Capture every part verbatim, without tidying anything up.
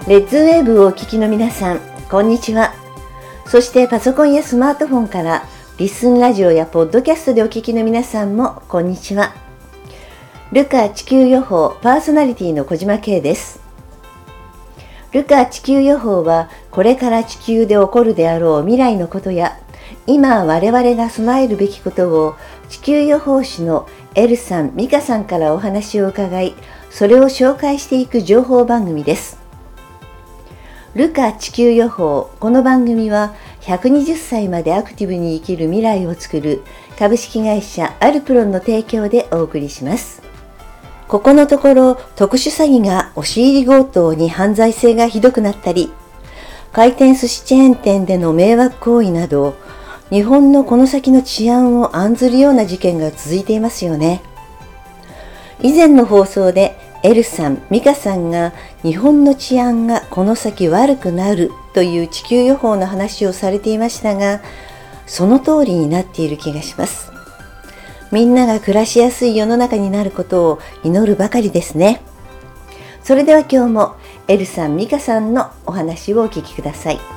レッズウェーブをお聞きの皆さん、こんにちは。そしてパソコンやスマートフォンからリスンラジオやポッドキャストでお聞きの皆さんもこんにちは。ルカ地球予報パーソナリティの小島慶です。ルカ地球予報は、これから地球で起こるであろう未来のことや、今我々が備えるべきことを地球予報士のエルさん、ミカさんからお話を伺い、それを紹介していく情報番組です。ルカ地球予報、この番組はひゃくにじゅっさいまでアクティブに生きる未来を作る株式会社アルプロンの提供でお送りします。ここのところ特殊詐欺が押し入り強盗に犯罪性がひどくなったり、回転寿司チェーン店での迷惑行為など、日本のこの先の治安を案ずるような事件が続いていますよね。以前の放送でエルさん、ミカさんが日本の治安がこの先悪くなるという地球予報の話をされていましたが、その通りになっている気がします。みんなが暮らしやすい世の中になることを祈るばかりですね。それでは今日もエルさん、ミカさんのお話をお聞きください。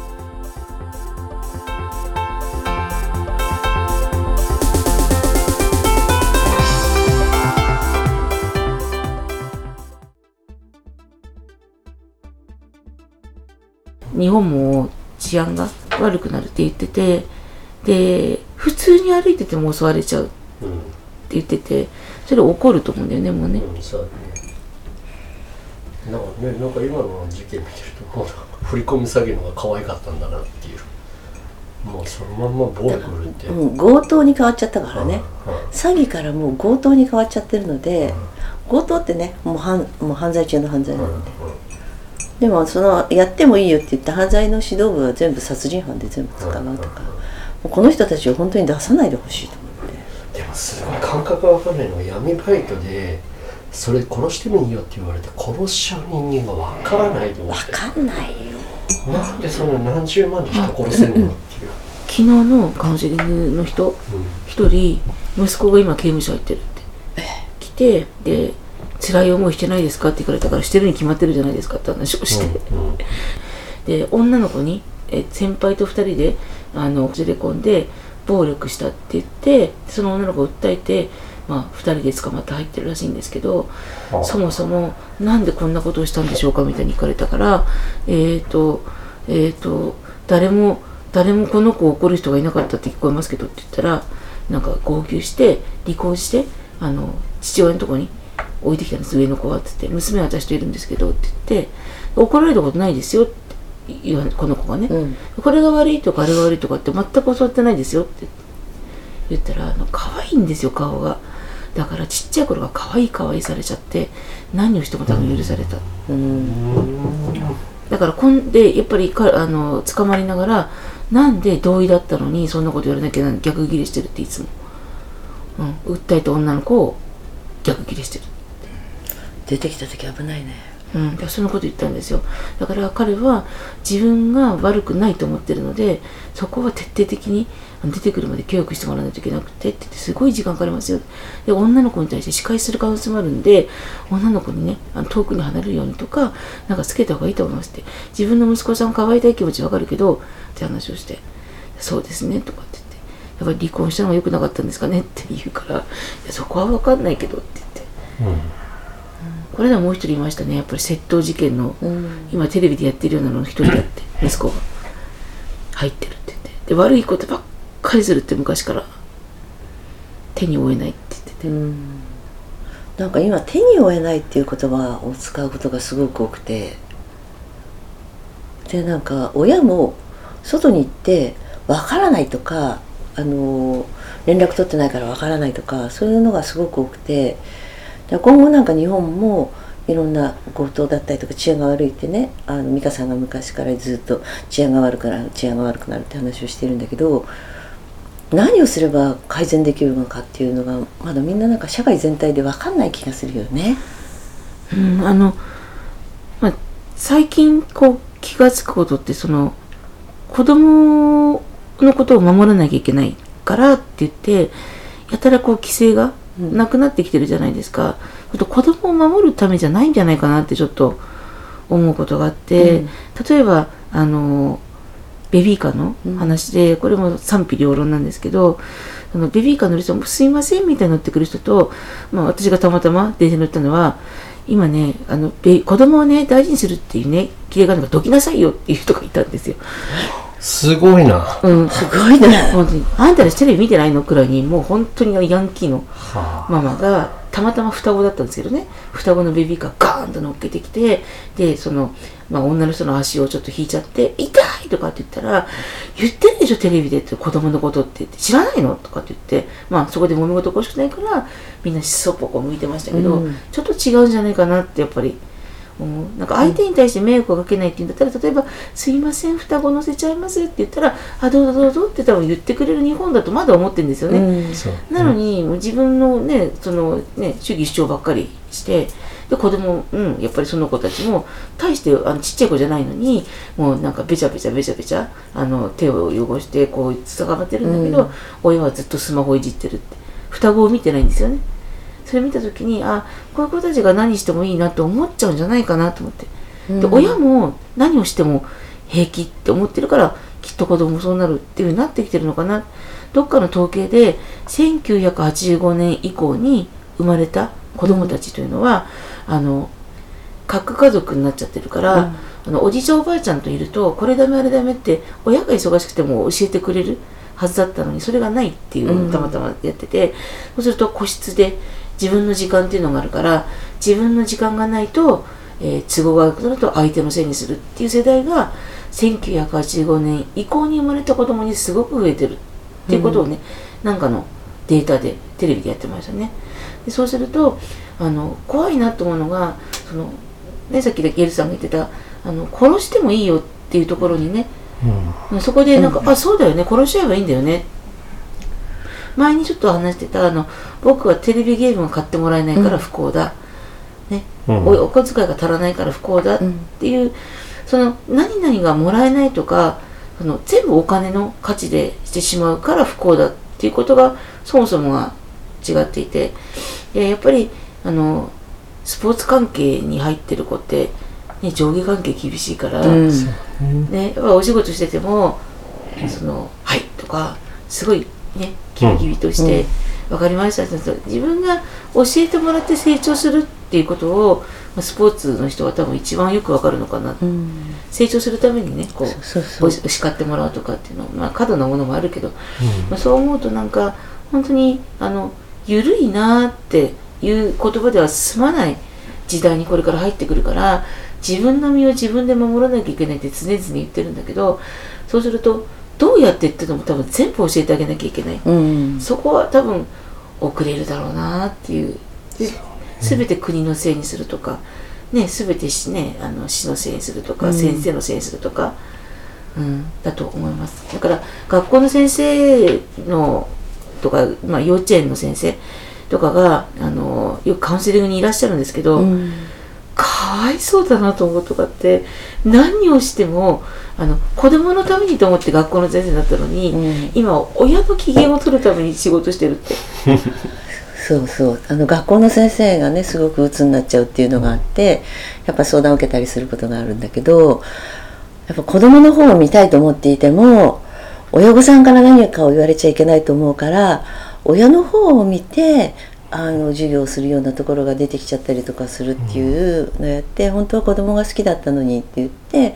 日本も治安が悪くなるって言ってて、で普通に歩いてても襲われちゃうって言ってて、それ起こると思うんだよね、もうね。 うん、そうだね。なんかね、なんか今の事件見てると、もう振り込み詐欺の方が可愛かったんだなっていう。もうそのまんま暴力振るって。 うん、強盗に変わっちゃったからね。 うんうん、 詐欺からもう強盗に変わっちゃってるので、うん、強盗ってね、もう犯、もう犯罪中の犯罪なので。うんうん、でもそのやってもいいよって言った犯罪の指導部は全部殺人犯で全部捕まうとか、もうこの人たちを本当に出さないでほしいと思って。 でもすごい感覚が分かんないのが、闇バイトでそれ殺してもいいよって言われて殺しちゃう人間が分からないと思って。 分かんないよ。 なんでその何十万で人殺せるのっていう。 昨日のカウンセリングの人一、うん、人、息子が今刑務所入ってるって来て、で辛い思いしてないですかって言われたから、してるに決まってるじゃないですかって話をして、うんうん、で女の子にえ先輩とふたりであの連れ込んで暴力したって言って、その女の子を訴えて、まあ、ふたりで捕まって入ってるらしいんですけど、そもそもなんでこんなことをしたんでしょうかみたいに聞かれたから、えーとえーと誰も誰もこの子を怒る人がいなかったって聞こえますけどって言ったら、なんか号泣して離婚してあの父親のとこに置いてきたんです、上の子はって言って、娘は私といるんですけどって言って、怒られたことないですよって言わこの子がね、うん、これが悪いとかあれが悪いとかって全く教わってないですよって言ったら、あの可愛いんですよ顔が。だからちっちゃい頃が可愛い可愛いされちゃって、何をしても多分許された。うん、だからこんでやっぱりかあの捕まりながら、なんで同意だったのにそんなこと言われなきゃ逆ギレしてるっていつも、うん、訴えた女の子を逆ギレしてる。 出てきた時危ないね。 うん、そのこと言ったんですよ。だから彼は自分が悪くないと思ってるので、そこは徹底的に出てくるまで教育してもらわないといけなくてって言って、すごい時間かかりますよ。で女の子に対して仕返しする可能性もあるんで、女の子にねあの遠くに離れるようにとかなんかつけた方がいいと思いますって。自分の息子さん可愛いたい気持ちわかるけどって話をして、そうですねとかって言って、やっぱり離婚したのが良くなかったんですかねって言うから、いやそこは分かんないけどって言って、うん、これでももう一人いましたね。やっぱり窃盗事件の、うん、今テレビでやってるようなのの一人だって、息子が入ってるって言って、で悪いことばっかりするって昔から手に負えないって言ってて、うん、 なんか今手に負えないっていう言葉を使うことがすごく多くて、でなんか親も外に行ってわからないとか、あの連絡取ってないからわからないとか、そういうのがすごく多くて、今後なんか日本もいろんな強盗だったりとか治安が悪いってね、あの美香さんが昔からずっと治安が悪くなる治安が悪くなるって話をしてるんだけど、何をすれば改善できるのかっていうのがまだみんななんか社会全体で分かんない気がするよね。 うん、あの、まあ、最近こう気がつくことって、その子供のことを守らなきゃいけないからって言ってやたらこう規制がなくなってきてるじゃないですか。うん、子供を守るためじゃないんじゃないかなってちょっと思うことがあって、うん、例えばあのベビーカーの話で、うん、これも賛否両論なんですけど、そのベビーカー乗る人もすいませんみたいに乗ってくる人と、まあ、私がたまたま電車に乗ったのは、今ねあの子供をね大事にするっていうね切れがあるのがどきなさいよっていう人がいたんですよ。 すごいな、 うん、すごいね本当に。あんたらテレビ見てないのくらいに、もう本当にヤンキーのママがたまたま双子だったんですけどね、双子のベビーカーガーンと乗っけてきて、でその、まあ、女の人の足をちょっと引いちゃって痛いとかって言ったら、言ってるでしょテレビでって子供のことって言って、知らないのとかって言って、まあそこで揉め事起こしてないからみんなしそっぽこ向いてましたけど、うん、ちょっと違うんじゃないかなってやっぱり。うん、なんか相手に対して迷惑をかけないっていうんだったら、例えばすいません双子乗せちゃいますって言ったら、あどうぞどうぞって多分言ってくれる日本だとまだ思ってるんですよね、うん、なのにもう自分のねそのね主義主張ばっかりして、で子供、うん、やっぱりその子たちも大してあのちっちゃい子じゃないのに、もうなんかべちゃべちゃべちゃべちゃあの手を汚してこうつがまってるんだけど、うん、親はずっとスマホいじってるって、双子を見てないんですよね。それ見た時に、あこういう子たちが何してもいいなと思っちゃうんじゃないかなと思って、で、うん、親も何をしても平気って思ってるから、きっと子供もそうなるっていう風になってきてるのかな。どっかの統計でせんきゅうひゃくはちじゅうごねん以降に生まれた子供たちというのは、うん、あの核家族になっちゃってるから、うん、あのおじいちゃんおばあちゃんといるとこれダメあれダメって親が忙しくても教えてくれるはずだったのに、それがないっていうのをたまたまやってて、うん、そうすると個室で自分の時間っていうのがあるから、自分の時間がないと、えー、都合が悪くなると相手のせいにするっていう世代がせんきゅうひゃくはちじゅうごねん以降に生まれた子供にすごく増えてるっていうことをね、うん、なんかのデータでテレビでやってましたね。でそうするとあの怖いなと思うのが、その、ね、さっきゲルさんが言ってたあの殺してもいいよっていうところにね、うん、そこでなんか、うん、あそうだよね殺しちゃえばいいんだよね、前にちょっと話してたあの僕はテレビゲームを買ってもらえないから不幸だ、うんねうん、お, お小遣いが足らないから不幸だっていう、うん、その何々がもらえないとか、その全部お金の価値でしてしまうから不幸だっていうことがそもそもが違っていて、いや、やっぱりあのスポーツ関係に入ってる子って、ね、上下関係厳しいから、うんね、やっぱお仕事しててもそのはいとかすごいねキビキビとして、うん、分かりましたって自分が教えてもらって成長するっていうことをスポーツの人は多分一番よく分かるのかな、うん、成長するためにねこうそうそうそう叱ってもらうとかっていうのは、まあ、過度なものもあるけど、うんまあ、そう思うとなんか本当にあの緩いなっていう言葉では済まない時代にこれから入ってくるから、自分の身を自分で守らなきゃいけないって常々言ってるんだけど、そうするとどうやってってのも多分全部教えてあげなきゃいけない、うん、そこは多分遅れるだろうなっていう。で全て国のせいにするとか、ね、全てし、ね、あの市のせいにするとか、うん、先生のせいにするとか、うん、だと思います。だから学校の先生のとか、まあ、幼稚園の先生とかがあのよくカウンセリングにいらっしゃるんですけど、うん、かわいそうだなと思うとかって、何をしてもあの子供のためにと思って学校の先生だったのに、うん、今親の機嫌を取るために仕事してるってそうそうあの学校の先生がねすごく鬱になっちゃうっていうのがあって、やっぱ相談を受けたりすることがあるんだけど、やっぱ子供の方を見たいと思っていても親御さんから何かを言われちゃいけないと思うから、親の方を見てあの授業をするようなところが出てきちゃったりとかするっていうのをやって、うん、本当は子供が好きだったのにって言って、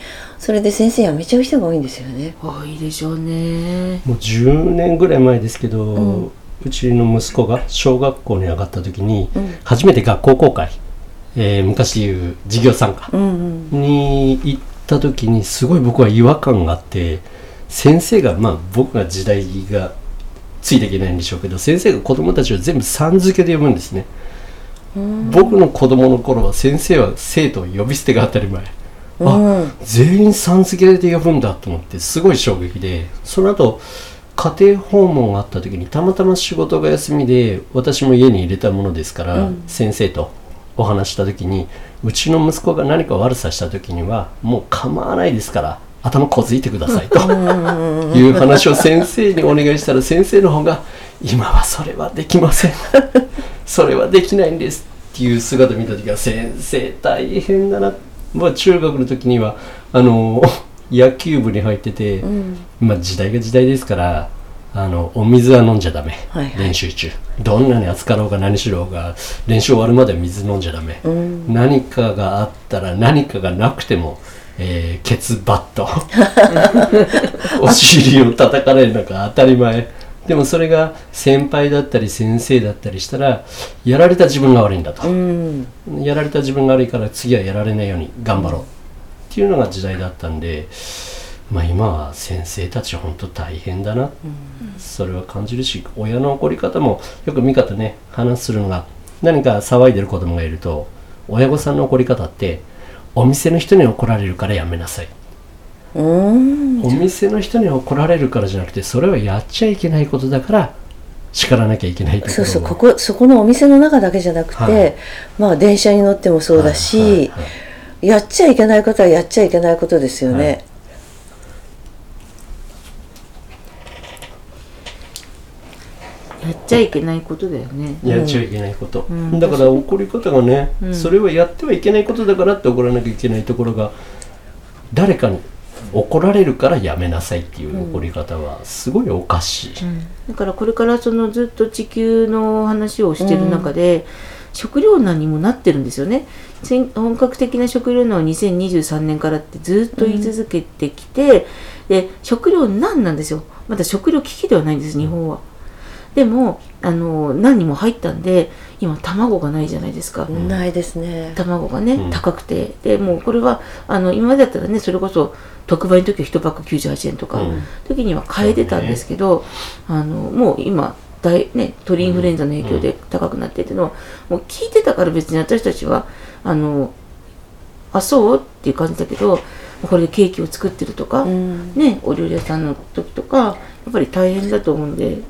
それで先生辞めちゃう人が多いんですよね。 多いでしょうね。 もうじゅうねんぐらい前ですけど、うん、うちの息子が小学校に上がった時に、うん、初めて学校公開、えー、昔いう授業参加に行った時にすごい僕は違和感があって、先生がまあ僕が時代がついていけないんでしょうけど、先生が子供たちを全部さん付けで呼ぶんですね。僕の子供の頃は先生は生徒を呼び捨てが当たり前、あ、全員さん付けで呼ぶんだと思ってすごい衝撃で、その後家庭訪問があった時にたまたま仕事が休みで私も家に入れたものですから、うん、先生とお話した時に、うちの息子が何か悪さした時にはもう構わないですから頭こづいてくださいという話を先生にお願いしたら、先生の方が今はそれはできませんそれはできないんですっていう姿を見た時は、先生大変だな、 まあ、中学の時にはあの野球部に入ってて、うん、まあ、時代が時代ですからあのお水は飲んじゃダメ、はいはい、練習中どんなに暑かろうが何しろうが練習終わるまでは水飲んじゃダメ、うん、何かがあったら何かがなくても、えー、ケツバットお尻を叩かれるのが当たり前でもそれが先輩だったり先生だったりしたらやられた自分が悪いんだと、うん、やられた自分が悪いから次はやられないように頑張ろうっていうのが時代だったんで、まあ、今は先生たち本当大変だな、うん、それは感じるし親の怒り方もよく見方ね話するのが何か騒いでる子供がいると親御さんの怒り方ってお店の人に怒られるからやめなさい、うーん、お店の人に怒られるからじゃなくてそれはやっちゃいけないことだから叱らなきゃいけないところそうそうここそこのお店の中だけじゃなくて、はい、まあ電車に乗ってもそうだし、はいはいはい、やっちゃいけないことはやっちゃいけないことですよね、はいやっちゃいけないことだよね。 やっちゃいけないこと、うん、だから怒り方がね、うん、それはやってはいけないことだからって怒らなきゃいけないところが誰かに怒られるからやめなさいっていう怒り方はすごいおかしい、うん、 だからこれからそのずっと地球の話をしてる中で、うん、食糧難にもなってるんですよね。本格的な食糧難はにせんにじゅうさんねんからってずっと言い続けてきて、うん、で食糧難なんですよ。まだ食糧危機ではないんです日本は。でもあの何にも入ったんで今卵がないじゃないですか、 うん、ないですね。 卵がね、うん、高くてでもうこれはあの今までだったらねそれこそ特売の時はいちパックきゅうじゅうはちえんとか、うん、時には買えてたんですけど、ね、あのもう今大、ね、鳥インフルエンザの影響で高くなってっていうのはもう聞いてたから別に私たちはあのあそうっていう感じだけどこれでケーキを作ってるとか、うん、ねお料理屋さんの時とかやっぱり大変だと思うんで。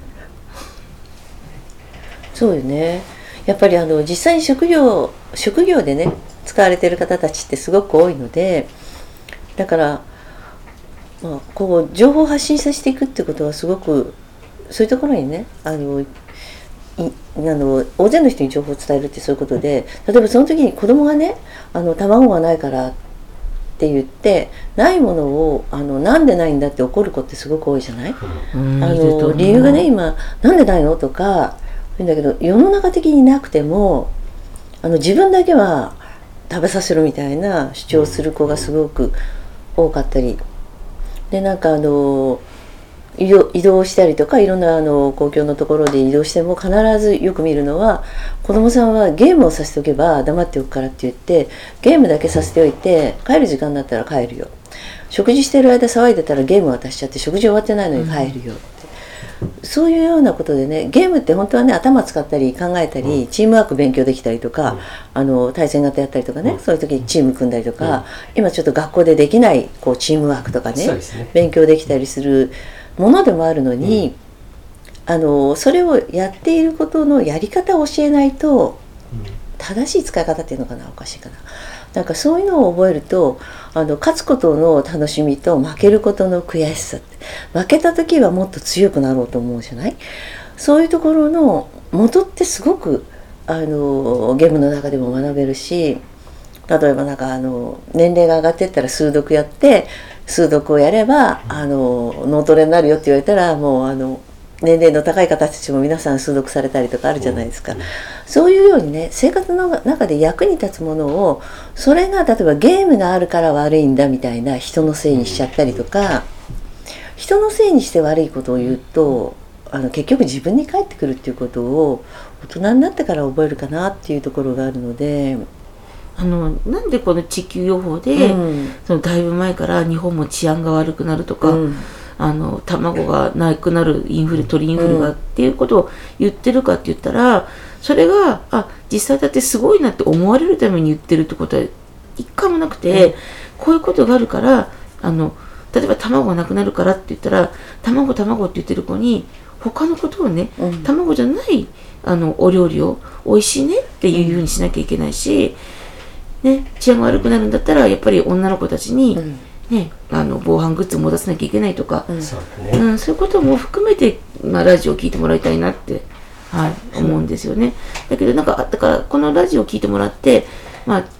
そうよね。やっぱりあの実際に職業職業でね使われている方たちってすごく多いので、だから、まあ、こう情報を発信させていくってことはすごくそういうところにねあのいあの大勢の人に情報を伝えるってそういうことで、例えばその時に子供がねあの卵がないからって言ってないものをあのなんでないんだって怒る子ってすごく多いじゃない、うん、あの理由がね今なんでないのとかだけど世の中的になくてもあの自分だけは食べさせるみたいな主張する子がすごく多かったりでなんかあの移動したりとかいろんなあの公共のところで移動しても必ずよく見るのは子供さんはゲームをさせておけば黙っておくからって言ってゲームだけさせておいて帰る時間になったら帰るよ、食事してる間騒いでたらゲーム渡しちゃって食事終わってないのに帰るよ、うん、そういうようなことでねゲームって本当はね頭使ったり考えたり、うん、チームワーク勉強できたりとか、うん、あの対戦型やったりとかね、うん、そういう時にチーム組んだりとか、うん、今ちょっと学校でできないこうチームワークとか ね, ね勉強できたりするものでもあるのに、うん、あのそれをやっていることのやり方を教えないと、うん、正しい使い方っていうのかなおかしいかななんかそういうのを覚えるとあの勝つことの楽しみと負けることの悔しさって負けた時はもっと強くなろうと思うじゃない。そういうところの元ってすごくあのゲームの中でも学べるし、例えばなんかあの年齢が上がっていったら数読やって数読をやればあの脳トレになるよって言われたらもうあの年齢の高い方たちも皆さん数読されたりとかあるじゃないですか、うん、そういうようにね生活の中で役に立つものをそれが例えばゲームがあるから悪いんだみたいな人のせいにしちゃったりとか人のせいにして悪いことを言うとあの結局自分に返ってくるっていうことを大人になってから覚えるかなっていうところがあるのであのなんでこの地球予報で、うん、そのだいぶ前から日本も治安が悪くなるとか、うん、あの卵がなくなるインフレ鳥インフレがっていうことを言ってるかって言ったらそれがあ実際だってすごいなって思われるために言ってるってことは一回もなくて、うん、こういうことがあるからあの例えば卵がなくなるからって言ったら卵卵って言ってる子に他のことをね、うん、卵じゃないあのお料理を美味しいねっていうふうにしなきゃいけないし、ね、治安が悪くなるんだったらやっぱり女の子たちに、うんね、あの防犯グッズを持たせなきゃいけないとか、うんそうねうん、そういうことも含めて、まあ、ラジオを聞いてもらいたいなって、はい、思うんですよね。だけどなんかだからこのラジオを聞いてもらって、まあ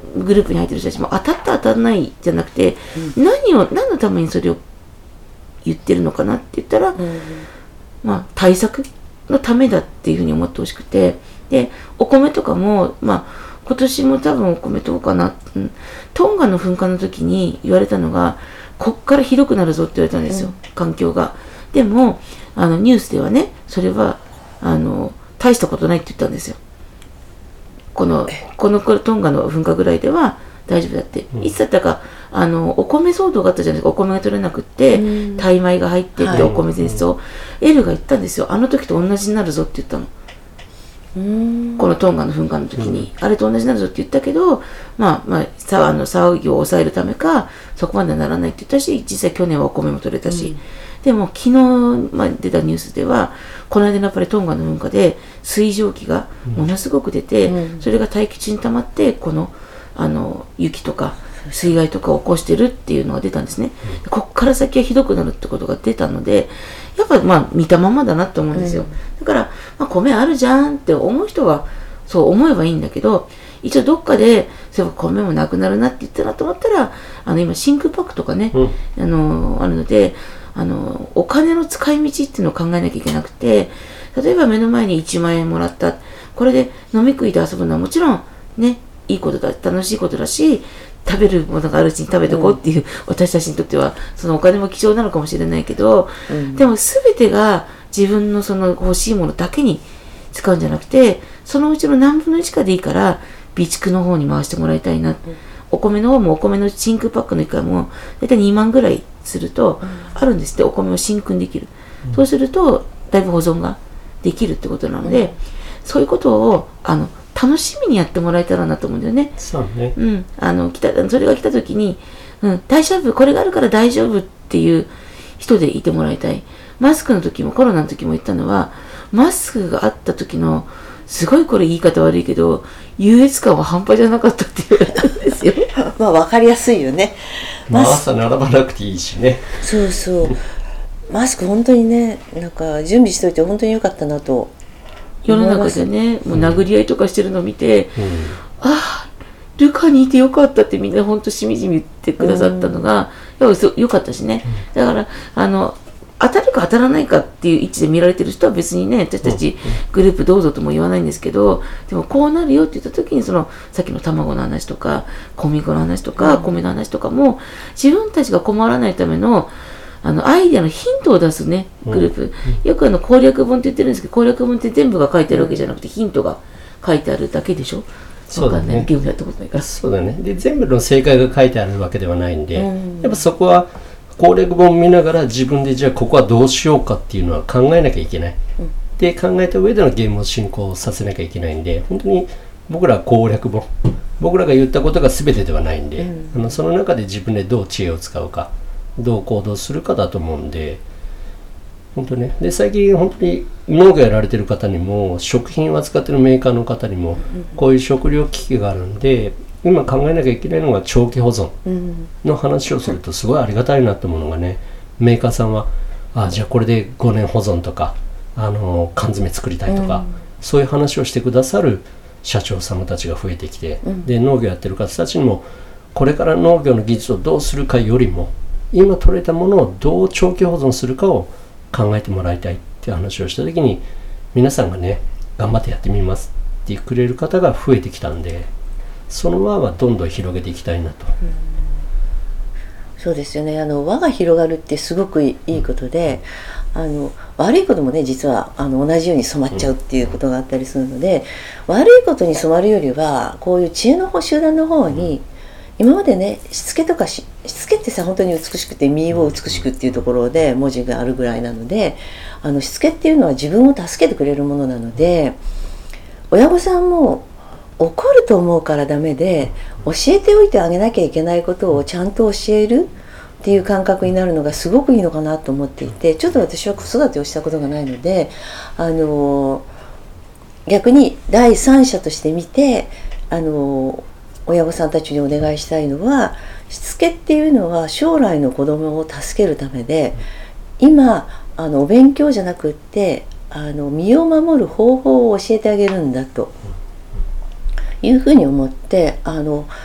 グループに入ってる人たちも当たった当たらないじゃなくて、うん、何を何のためにそれを言ってるのかなって言ったら、うん、まあ対策のためだっていうふうに思ってほしくて、でお米とかもまあ今年も多分お米どうかな、うん、トンガの噴火の時に言われたのが、こっからひどくなるぞって言われたんですよ、うん、環境が。でもあのニュースではね、それはあの大したことないって言ったんですよ。このこのトンガの噴火ぐらいでは大丈夫だって、うん、いつだったかあのお米騒動があったじゃないですか。お米が取れなくって、うん、タイ米が入ってってお米戦争、はい、エルが言ったんですよ。あの時と同じになるぞって言ったの。うーん、このトンガの噴火の時に、うん、あれと同じになるぞって言ったけど、まあまあさあの騒ぎを抑えるためかそこまではならないって言ったし、実際去年はお米も取れたし、うん、でも昨日、まあ、出たニュースではこの間のやっぱりトンガの噴火で水蒸気がものすごく出て、うん、それが大気中に溜まってこのあの雪とか水害とかを起こしてるっていうのが出たんですね。うん、こっから先はひどくなるってことが出たので、やっぱまあ見たままだなって思うんですよ。うん、だから、まあ、米あるじゃんって思う人はそう思えばいいんだけど、一応どっかでそういえば米もなくなるなって言ったなと思ったら、あの今真空パックとかね、うん、あのあるので、あのお金の使い道っていうのを考えなきゃいけなくて、例えば目の前にいちまんえんもらった、これで飲み食いで遊ぶのはもちろんねいいことだ、楽しいことだし、食べるものがあるうちに食べておこうっていう、うん、私たちにとってはそのお金も貴重なのかもしれないけど、うん、でも全てが自分のその欲しいものだけに使うんじゃなくて、そのうちの何分のいちかでいいから備蓄の方に回してもらいたいな、うん、お米の方もお米の真空パックのいっかいもだいたいにまんぐらいするとあるんですって。お米を真空にできる、うん、そうするとだいぶ保存ができるってことなので、うん、そういうことをあの楽しみにやってもらえたらなと思うんだよね。 そうね。 うん。あの、来た、それが来た時に、うん、大丈夫、これがあるから大丈夫っていう人でいてもらいたい。マスクの時も、コロナの時も言ったのは、マスクがあった時の、すごいこれ言い方悪いけど、優越感は半端じゃなかったって言われたんですよ。 まあ、わかりやすいよね。 まあ、朝並ばなくていいしね。 そうそう。マスク本当にね、なんか準備しといて本当に良かったなと。 世の中でね、もう殴り合いとかしてるのを見て、うん、ああルカにいてよかったってみんな本当しみじみ言ってくださったのが、うん、よかったしね、うん、だからあの当たるか当たらないかっていう位置で見られてる人は別にね、私たちグループどうぞとも言わないんですけど、でもこうなるよって言った時に、そのさっきの卵の話とか小麦粉の話とか、うん、米の話とかも自分たちが困らないためのあのアイデアのヒントを出すねグループ、うん、よくあの攻略本って言ってるんですけど、攻略本って全部が書いてあるわけじゃなくて、ヒントが書いてあるだけでしょ。 そうだね。 ゲームやったことないから。 そうだね。で全部の正解が書いてあるわけではないんで、うん、やっぱそこは攻略本見ながら自分でじゃあここはどうしようかっていうのは考えなきゃいけない、うん、で考えた上でのゲームを進行させなきゃいけないんで、本当に僕らは攻略本、僕らが言ったことが全てではないんで、うん、あのその中で自分でどう知恵を使うか、どう行動するかだと思うんで、本当ね。で最近本当に農業やられてる方にも、食品を扱ってるメーカーの方にも、こういう食料危機があるんで、今考えなきゃいけないのが長期保存の話をするとすごいありがたいなってものがね、メーカーさんはあじゃあこれでごねん保存とか、あの缶詰作りたいとか、そういう話をしてくださる社長様たちが増えてきて、で農業やってる方たちにもこれから農業の技術をどうするかよりも、今取れたものをどう長期保存するかを考えてもらいたいっていう話をした時に、皆さんがね頑張ってやってみますって言ってくれる方が増えてきたんで、その輪はどんどん広げていきたいなと。うん、 そうですよね。あの輪が広がるってすごくいいことで、あの悪いこともね実はあの同じように染まっちゃうっていうことがあったりするので、うん、悪いことに染まるよりはこういう知恵の集団の方に、うん、今までねしつけとかししつけってさ本当に美しくて身を美しくっていうところで文字があるぐらいなので、あのしつけっていうのは自分を助けてくれるものなので、親御さんも怒ると思うからダメで、教えておいてあげなきゃいけないことをちゃんと教えるっていう感覚になるのがすごくいいのかなと思っていて、ちょっと私は子育てをしたことがないので、あの逆に第三者として見て、あの親御さんたちにお願いしたいのは、しつけっていうのは将来の子供を助けるためで、今あのお勉強じゃなくってあの身を守る方法を教えてあげるんだというふうに思って、あの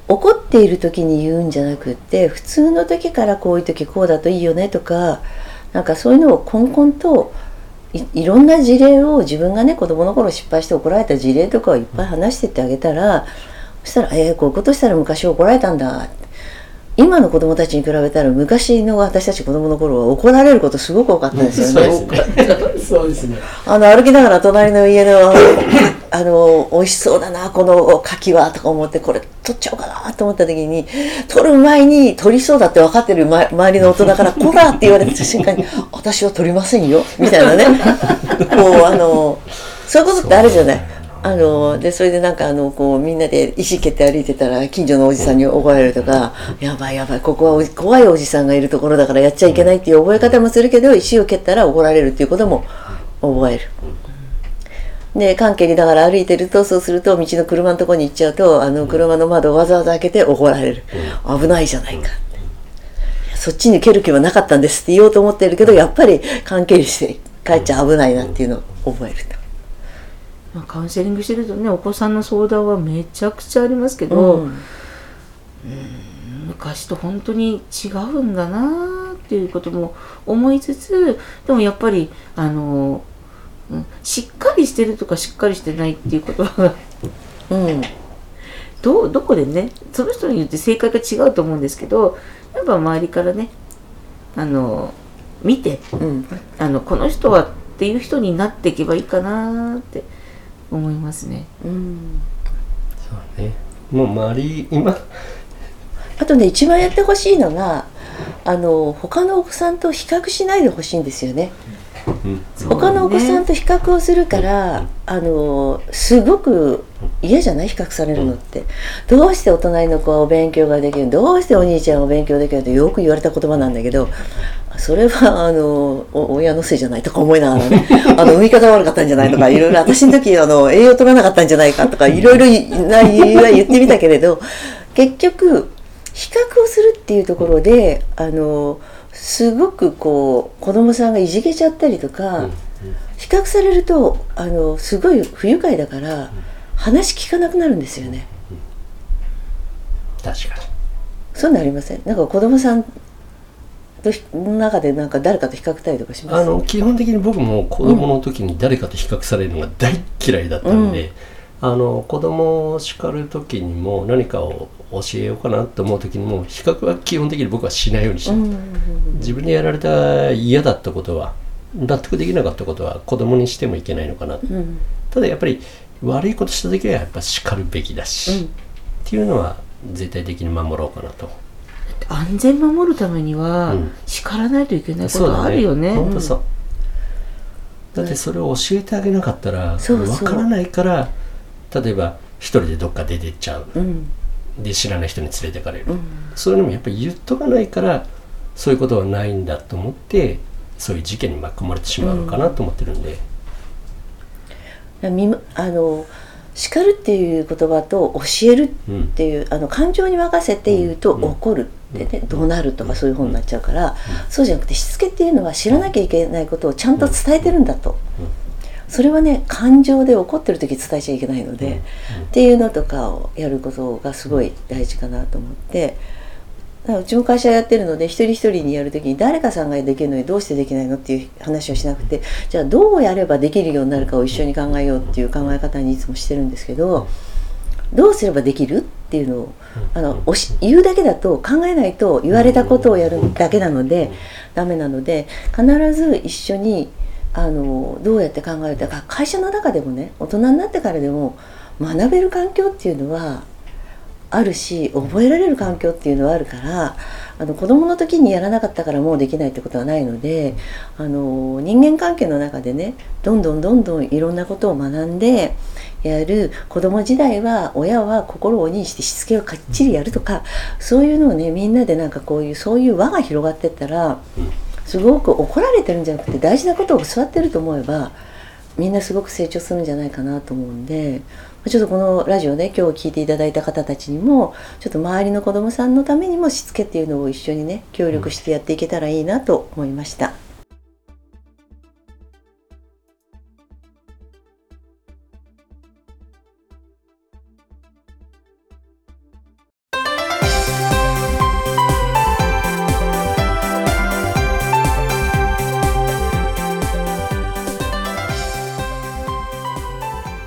怒っている時に言うんじゃなくって、普通の時からこういう時こうだといいよねとか、なんかそういうのをこんこんと い, いろんな事例を、自分がね子供の頃失敗して怒られた事例とかをいっぱい話してってあげたら、そしたらえー、こういうことしたら昔怒られたんだって。今の子供たちに比べたら昔の私たち子供の頃は怒られることすごく多かったんですよね。 そうですね。 あの歩きながら隣の家のあの美味しそうだなこの柿はとか思って、これ取っちゃおうかなと思った時に、取る前に取りそうだって分かってる、ま、周りの大人からこらって言われた瞬間に私は取りませんよみたいなねこうあのそういうことってあるじゃない。あのでそれでなんかあのこうみんなで石蹴って歩いてたら近所のおじさんに怒られるとか、やばいやばいここはお怖いおじさんがいるところだからやっちゃいけないっていう覚え方もするけど、石を蹴ったら怒られるっていうことも覚える。で関係にだから歩いてると、そうすると道の車のところに行っちゃうと、あの車の窓をわざわざ開けて怒られる。危ないじゃないかって、そっちに蹴る気はなかったんですって言おうと思ってるけど、やっぱり関係して帰っちゃ危ないなっていうのを覚えると。 まあ、カウンセリングしてるとね、お子さんの相談はめちゃくちゃありますけど、うん、うん昔と本当に違うんだなっていうことも思いつつ、でもやっぱりあの、うん、しっかりしてるとかしっかりしてないっていう言葉が、うん、ど, どこでねその人によって正解が違うと思うんですけど、やっぱ周りからねあの見て、うん、あのこの人はっていう人になっていけばいいかなって思いますね。うん、 そうね。もう周り今あとね、一番やってほしいのが、あの他のお子さんと比較しないでほしいんですよね。うん、他のお子さんと比較をするから、うん、あのすごく嫌じゃない、比較されるのって。どうしてお隣の子はお勉強ができる、どうしてお兄ちゃんはお勉強できるってよく言われた言葉なんだけど、それはあの親のせいじゃないとか思いながらねあの産み方悪かったんじゃないとか、いろいろ私の時あの栄養取らなかったんじゃないかとかいろいろ言ってみたけれど、結局比較をするっていうところであのすごくこう子供さんがいじけちゃったりとか、うんうん、比較されるとあのすごい不愉快だから話聞かなくなるんですよね。 確かにそういうのありません？なんか子供さんの中でなんか誰かと比較たりとかします？ あの基本的に僕も子供の時に誰かと比較されるのが大嫌いだったので、うん、あの子供を叱る時にも何かを教えようかなと思う時にも比較は基本的に僕はしないようにして、うんうんうん、自分でやられた嫌だったことは納得できなかったことは子供にしてもいけないのかな、うん、ただやっぱり悪いことした時はやっぱ叱るべきだし、うん、っていうのは絶対的に守ろうかなと。 安全守るためには、うん、叱らないといけないことあるよね。 本当そう。だってそれを教えてあげなかったら分からないから、例えば一人でどっか出てっちゃう、うん、で知らない人に連れてかれる、うん、そういうのもやっぱり言っとかないからそういうことはないんだと思ってそういう事件に巻き込まれてしまうのかなと思ってるんで、 うん、あの叱るっていう言葉と教えるっていう、うん、あの感情に任せて言うと、うん、怒るってね、うん、怒鳴るとかそういう本になっちゃうから、うん、そうじゃなくてしつけっていうのは知らなきゃいけないことをちゃんと伝えてるんだと、うん、それはね感情で怒ってる時伝えちゃいけないので、うん、っていうのとかをやることがすごい大事かなと思って、うちも会社やってるので一人一人にやるときに誰かさんができるのにどうしてできないのっていう話をしなくて、じゃあどうやればできるようになるかを一緒に考えようっていう考え方にいつもしてるんですけど、どうすればできるっていうのをあのおし言うだけだと考えないと言われたことをやるだけなのでダメなので、必ず一緒にあのどうやって考えるか、会社の中でもね大人になってからでも学べる環境っていうのはあるし、覚えられる環境っていうのはあるから、あの子供の時にやらなかったからもうできないってことはないので、あの人間関係の中でねどんどんどんどんいろんなことを学んでやる。子供時代は親は心を鬼にしてしつけをかっちりやるとか、そういうのをねみんなでなんかこういうそういう輪が広がってったら、すごく怒られてるんじゃなくて大事なことを教わってると思えばみんなすごく成長するんじゃないかなと思うんで、ちょっとこのラジオね今日聞いていただいた方たちにもちょっと周りの子どもさんのためにもしつけっていうのを一緒にね協力してやっていけたらいいなと思いました。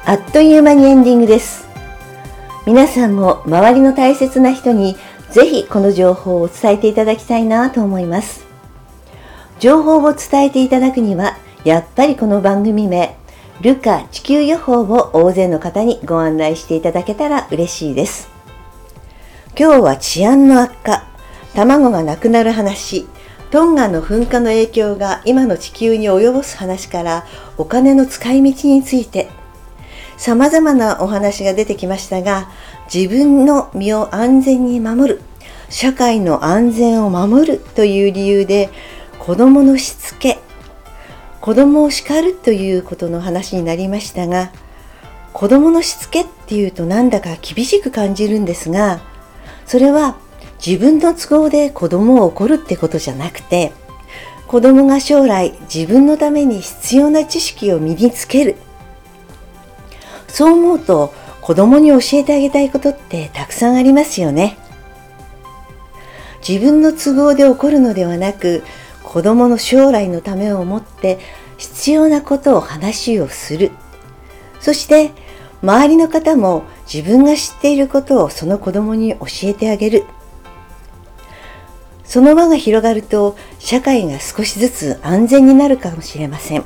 あっという間にエンディングです。皆さんも周りの大切な人にぜひこの情報を伝えていただきたいなと思います。情報を伝えていただくには、やっぱりこの番組名、ルカ地球予報を大勢の方にご案内していただけたら嬉しいです。今日は治安の悪化、卵がなくなる話、トンガの噴火の影響が今の地球に及ぼす話から、お金の使い道について、様々なお話が出てきましたが、自分の身を安全に守る、社会の安全を守るという理由で、子供のしつけ、子供を叱るということの話になりましたが、子供のしつけっていうとなんだか厳しく感じるんですが、それは自分の都合で子供を怒るってことじゃなくて、子供が将来自分のために必要な知識を身につける。そう思うと子供に教えてあげたいことってたくさんありますよね。自分の都合で怒るのではなく、子供の将来のためを思って必要なことを話をする。そして周りの方も自分が知っていることをその子供に教えてあげる。その輪が広がると社会が少しずつ安全になるかもしれません。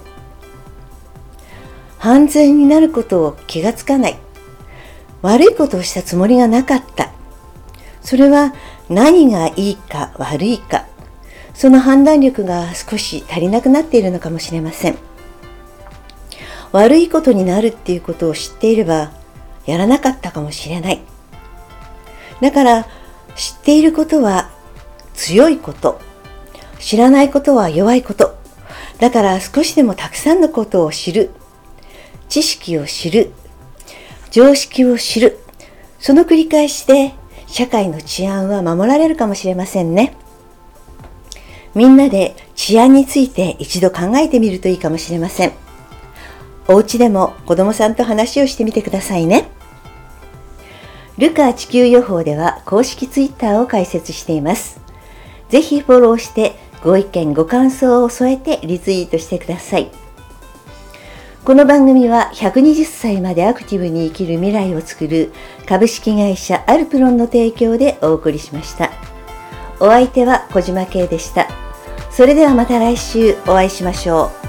安全になることを気がつかない。悪いことをしたつもりがなかった。それは何がいいか悪いか。その判断力が少し足りなくなっているのかもしれません。悪いことになるっていうことを知っていれば、やらなかったかもしれない。だから、知っていることは強いこと。知らないことは弱いこと。だから少しでもたくさんのことを知る。知識を知る。常識を知る。その繰り返しで、社会の治安は守られるかもしれませんね。みんなで治安について一度考えてみるといいかもしれません。お家でも子供さんと話をしてみてくださいね。ルカ地球予報では公式ツイッターを開設しています。ぜひフォローしてご意見ご感想を添えてリツイートしてください。この番組はひゃくにじゅっさいまでアクティブに生きる未来を作る株式会社アルプロンの提供でお送りしました。お相手は小島慶でした。それではまた来週お会いしましょう。